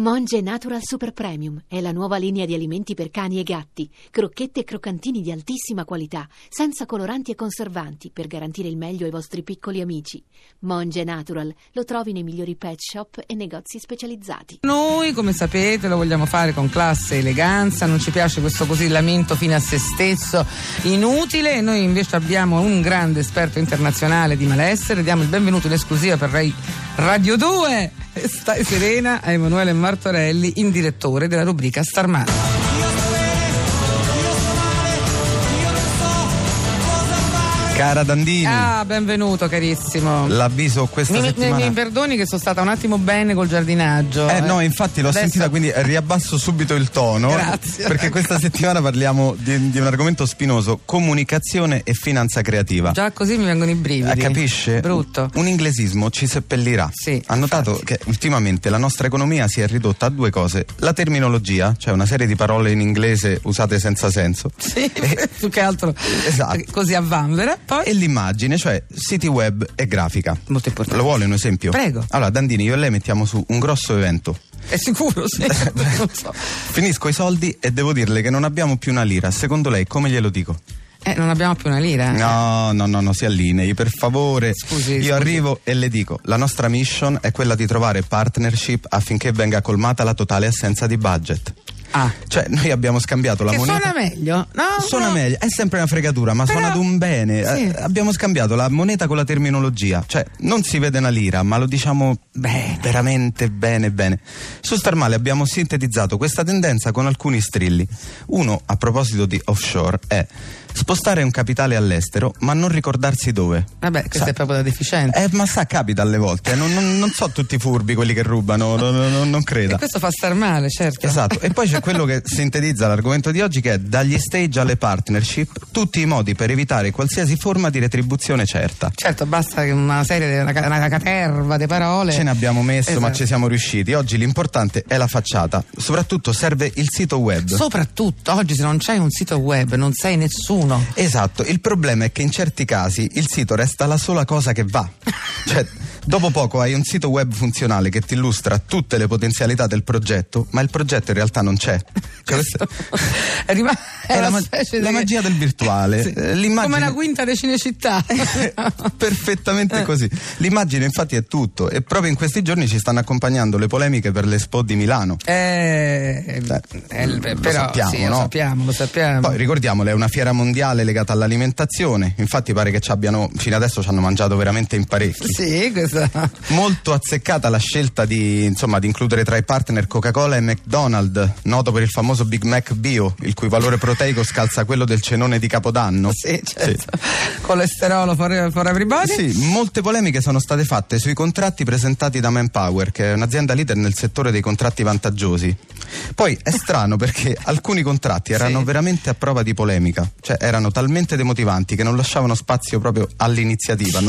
Monge Natural Super Premium è la nuova linea di alimenti per cani e gatti, crocchette e croccantini di altissima qualità, senza coloranti e conservanti, per garantire il meglio ai vostri piccoli amici. Monge Natural lo trovi nei migliori pet shop e negozi specializzati. Noi, come sapete, lo vogliamo fare con classe e eleganza, non ci piace questo così lamento fine a se stesso inutile. Noi invece abbiamo un grande esperto internazionale di malessere, diamo il benvenuto in esclusiva per Rai Radio 2. Stai serena a Emanuele Martorelli, in direttore della rubrica Star Male. Cara Dandini. Benvenuto carissimo. L'avviso questa settimana. Mi perdoni che sono stata un attimo bene col giardinaggio. No, infatti l'ho sentita, quindi riabbasso subito il tono. Grazie. Perché questa settimana parliamo di un argomento spinoso: comunicazione e finanza creativa. Già così mi vengono i brividi. Capisce? Brutto. Un inglesismo ci seppellirà. Sì. Ha notato che ultimamente la nostra economia si è ridotta a due cose: la terminologia, cioè una serie di parole in inglese usate senza senso. Sì, più che altro. Esatto. Così a vanvera. Poi? E l'immagine, cioè siti web e grafica. Molto importante. Lo vuole un esempio? Prego. Allora, Dandini, io e lei mettiamo su un grosso evento. È sicuro, sì. Non so. Finisco i soldi e devo dirle che non abbiamo più una lira. Secondo lei come glielo dico? Non abbiamo più una lira. No, si allinei, per favore. Scusi. Io arrivo e le dico: la nostra mission è quella di trovare partnership affinché venga colmata la totale assenza di budget. Cioè, noi abbiamo scambiato la moneta. Suona meglio, no? Suona meglio, è sempre una fregatura, ma suona d'un bene. Sì. Abbiamo scambiato la moneta con la terminologia. Cioè, non si vede una lira, ma lo diciamo bene. Veramente bene. Su Star Male abbiamo sintetizzato questa tendenza con alcuni strilli. Uno, a proposito di offshore, è spostare un capitale all'estero, ma non ricordarsi dove. Vabbè, questo è proprio da deficiente. Ma capita alle volte. Non so tutti furbi quelli che rubano, non creda. E questo fa star male, certo. Esatto. E poi c'è quello che sintetizza l'argomento di oggi, che è dagli stage alle partnership, tutti i modi per evitare qualsiasi forma di retribuzione certa. Certo, basta che una serie, una caterva di parole. Ce ne abbiamo messo, esatto. Ma ci siamo riusciti. Oggi l'importante è la facciata. Soprattutto serve il sito web. Soprattutto, oggi se non c'hai un sito web non sei nessuno. Esatto, il problema è che in certi casi il sito resta la sola cosa che va. Cioè, dopo poco hai un sito web funzionale che ti illustra tutte le potenzialità del progetto, ma il progetto in realtà non c'è. È la magia del virtuale. Sì. Come la quinta di Cinecittà. Perfettamente così. L'immagine infatti è tutto, e proprio in questi giorni ci stanno accompagnando le polemiche per l'Expo di Milano. Però lo sappiamo, sì, no? Lo sappiamo. Poi ricordiamole, è una fiera mondiale legata all'alimentazione. Infatti pare che fino adesso ci hanno mangiato veramente in parecchi. Sì, questa. Molto azzeccata la scelta di includere tra i partner Coca-Cola e McDonald's, noto per il famoso Big Mac bio, il cui valore proteico scalza quello del cenone di Capodanno. Sì, certo. Sì. Colesterolo for everybody. Sì, molte polemiche sono state fatte sui contratti presentati da Manpower, che è un'azienda leader nel settore dei contratti vantaggiosi. Poi è strano perché alcuni contratti erano veramente a prova di polemica, cioè erano talmente demotivanti che non lasciavano spazio proprio all'iniziativa.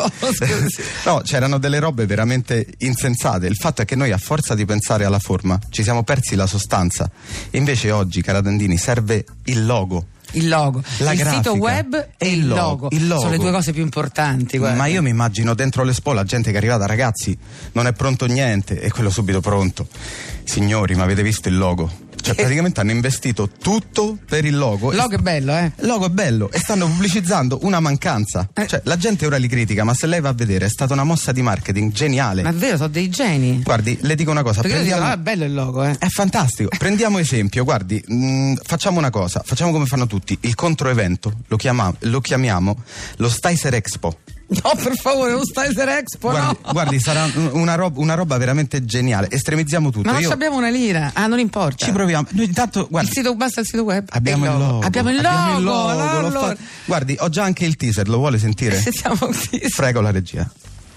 No, c'erano delle robe veramente insensate. Il fatto è che noi, a forza di pensare alla forma, ci siamo persi la sostanza. E invece oggi, cara Dandini, serve il logo. Il logo, la il grafica, sito web e il logo sono le due cose più importanti, guarda. Ma io mi immagino dentro l'Expo la gente che è arrivata: ragazzi, non è pronto niente, e quello subito pronto: signori, ma avete visto il logo? Cioè, praticamente hanno investito tutto per il logo. Il logo è bello, Il logo è bello, e stanno pubblicizzando una mancanza. Cioè, la gente ora li critica, ma se lei va a vedere è stata una mossa di marketing geniale. Ma è vero, sono dei geni. Guardi, le dico una cosa. Perché dico, è bello il logo, È fantastico. Prendiamo esempio, guardi, facciamo una cosa, facciamo come fanno tutti, il controevento, lo chiamiamo lo Sticer Expo. No, per favore, lo Sticer Expo, guardi, sarà una roba veramente geniale. Estremizziamo tutto. Ma non abbiamo una lira. Non importa. Ci proviamo. Noi intanto, guardi, basta il sito web. Abbiamo il logo. Allora. Guardi, ho già anche il teaser, lo vuole sentire? Sentiamo il teaser. Prego la regia.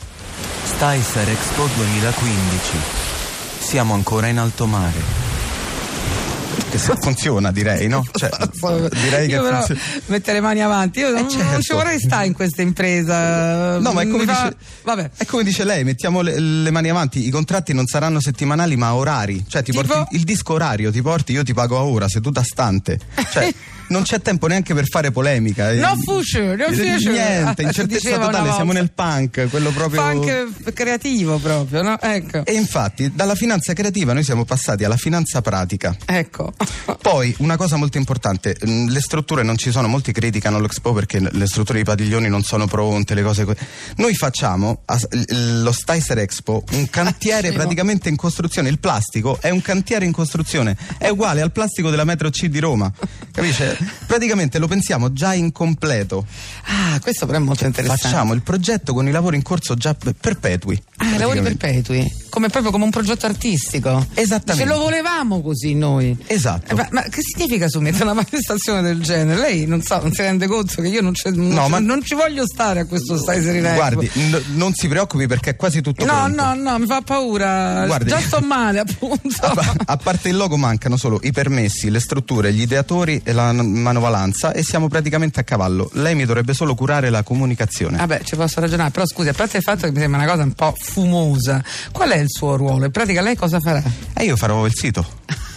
Sticer Expo 2015. Siamo ancora in alto mare. Che funziona, direi, no? Cioè, direi io che però mettere le mani avanti, io non ci vorrei stare in questa impresa. No, ma è come dice lei, mettiamo le mani avanti. I contratti non saranno settimanali ma orari. Cioè, porti il disco orario, io ti pago a ora, seduta stante. Cioè non c'è tempo neanche per fare polemica. No future, no future. Niente, incertezza totale, siamo nel punk, quello proprio... Punk creativo proprio, no? Ecco. E infatti dalla finanza creativa noi siamo passati alla finanza pratica. Ecco. Poi una cosa molto importante, le strutture non ci sono, molti criticano l'Expo perché le strutture dei padiglioni non sono pronte, le cose noi facciamo lo Sticer Expo un cantiere praticamente in costruzione. Il plastico è un cantiere in costruzione, è uguale al plastico della metro C di Roma, capisce? Praticamente lo pensiamo già incompleto. Ah, questo però è molto interessante. Facciamo il progetto con i lavori in corso già perpetui. Ah, lavori perpetui, proprio come un progetto artistico. Esattamente. Ce lo volevamo così noi. Esatto. Ma che significa submettere una manifestazione del genere? Lei non si rende conto che io non ci voglio stare a questo Sticer Expo. Guardi, non si preoccupi perché è quasi tutto pronto. No, mi fa paura. Guardi, già sto male, appunto. A parte il logo mancano solo i permessi, le strutture, gli ideatori e la manovalanza e siamo praticamente a cavallo. Lei mi dovrebbe solo curare la comunicazione. Vabbè, ci posso ragionare, però scusi, a parte il fatto che mi sembra una cosa un po' fumosa, qual è il suo ruolo? In pratica lei cosa farà? Io farò il sito.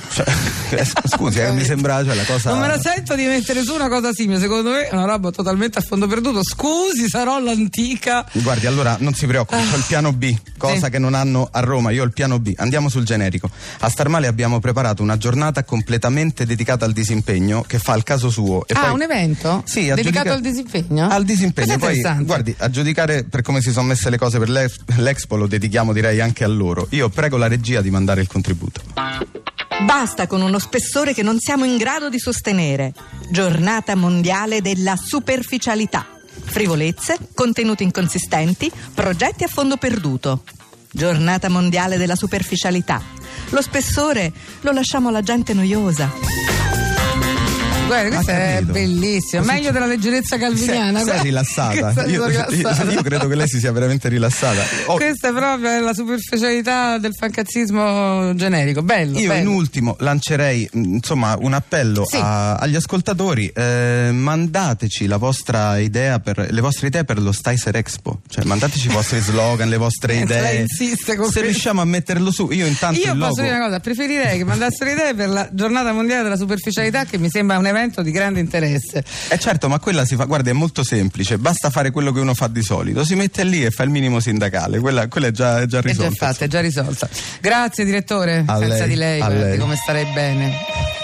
Scusi, mi sembra la cosa. Non me la sento di mettere su una cosa simile, secondo me è una roba totalmente a fondo perduto. Scusi, sarò l'antica. Guardi, allora non si preoccupi, ho il piano B, cosa che non hanno a Roma. Io ho il piano B. Andiamo sul generico. A Star Male abbiamo preparato una giornata completamente dedicata al disimpegno che fa il caso suo. E poi, un evento? Sì, dedicato al disimpegno? Al disimpegno. Poi, guardi, a giudicare per come si sono messe le cose per l'Expo, lo dedichiamo direi anche a loro. Io prego la regia di mandare il contributo. Basta con uno spessore che non siamo in grado di sostenere. Giornata mondiale della superficialità. Frivolezze, contenuti inconsistenti, progetti a fondo perduto. Giornata mondiale della superficialità. Lo spessore lo lasciamo alla gente noiosa. Guarda, questa è bellissima, meglio della leggerezza calviniana. Sei rilassata. Io credo che lei si sia veramente rilassata. Questa è proprio la superficialità del fancazzismo generico. Bello. Io in ultimo lancerei un appello agli ascoltatori. Mandateci le vostre idee per lo Sticer Expo. Cioè mandateci i vostri slogan, le vostre idee. Lei insiste con se riusciamo a metterlo su. Io intanto il logo. Posso dire una cosa, preferirei che mandassero idee per la giornata mondiale della superficialità, che mi sembra un evento di grande interesse. Certo, ma quella si fa, guardi, è molto semplice, basta fare quello che uno fa di solito, si mette lì e fa il minimo sindacale, quella è già risolta. È già fatta, è già risolta. Grazie direttore, senza di lei, come starei bene.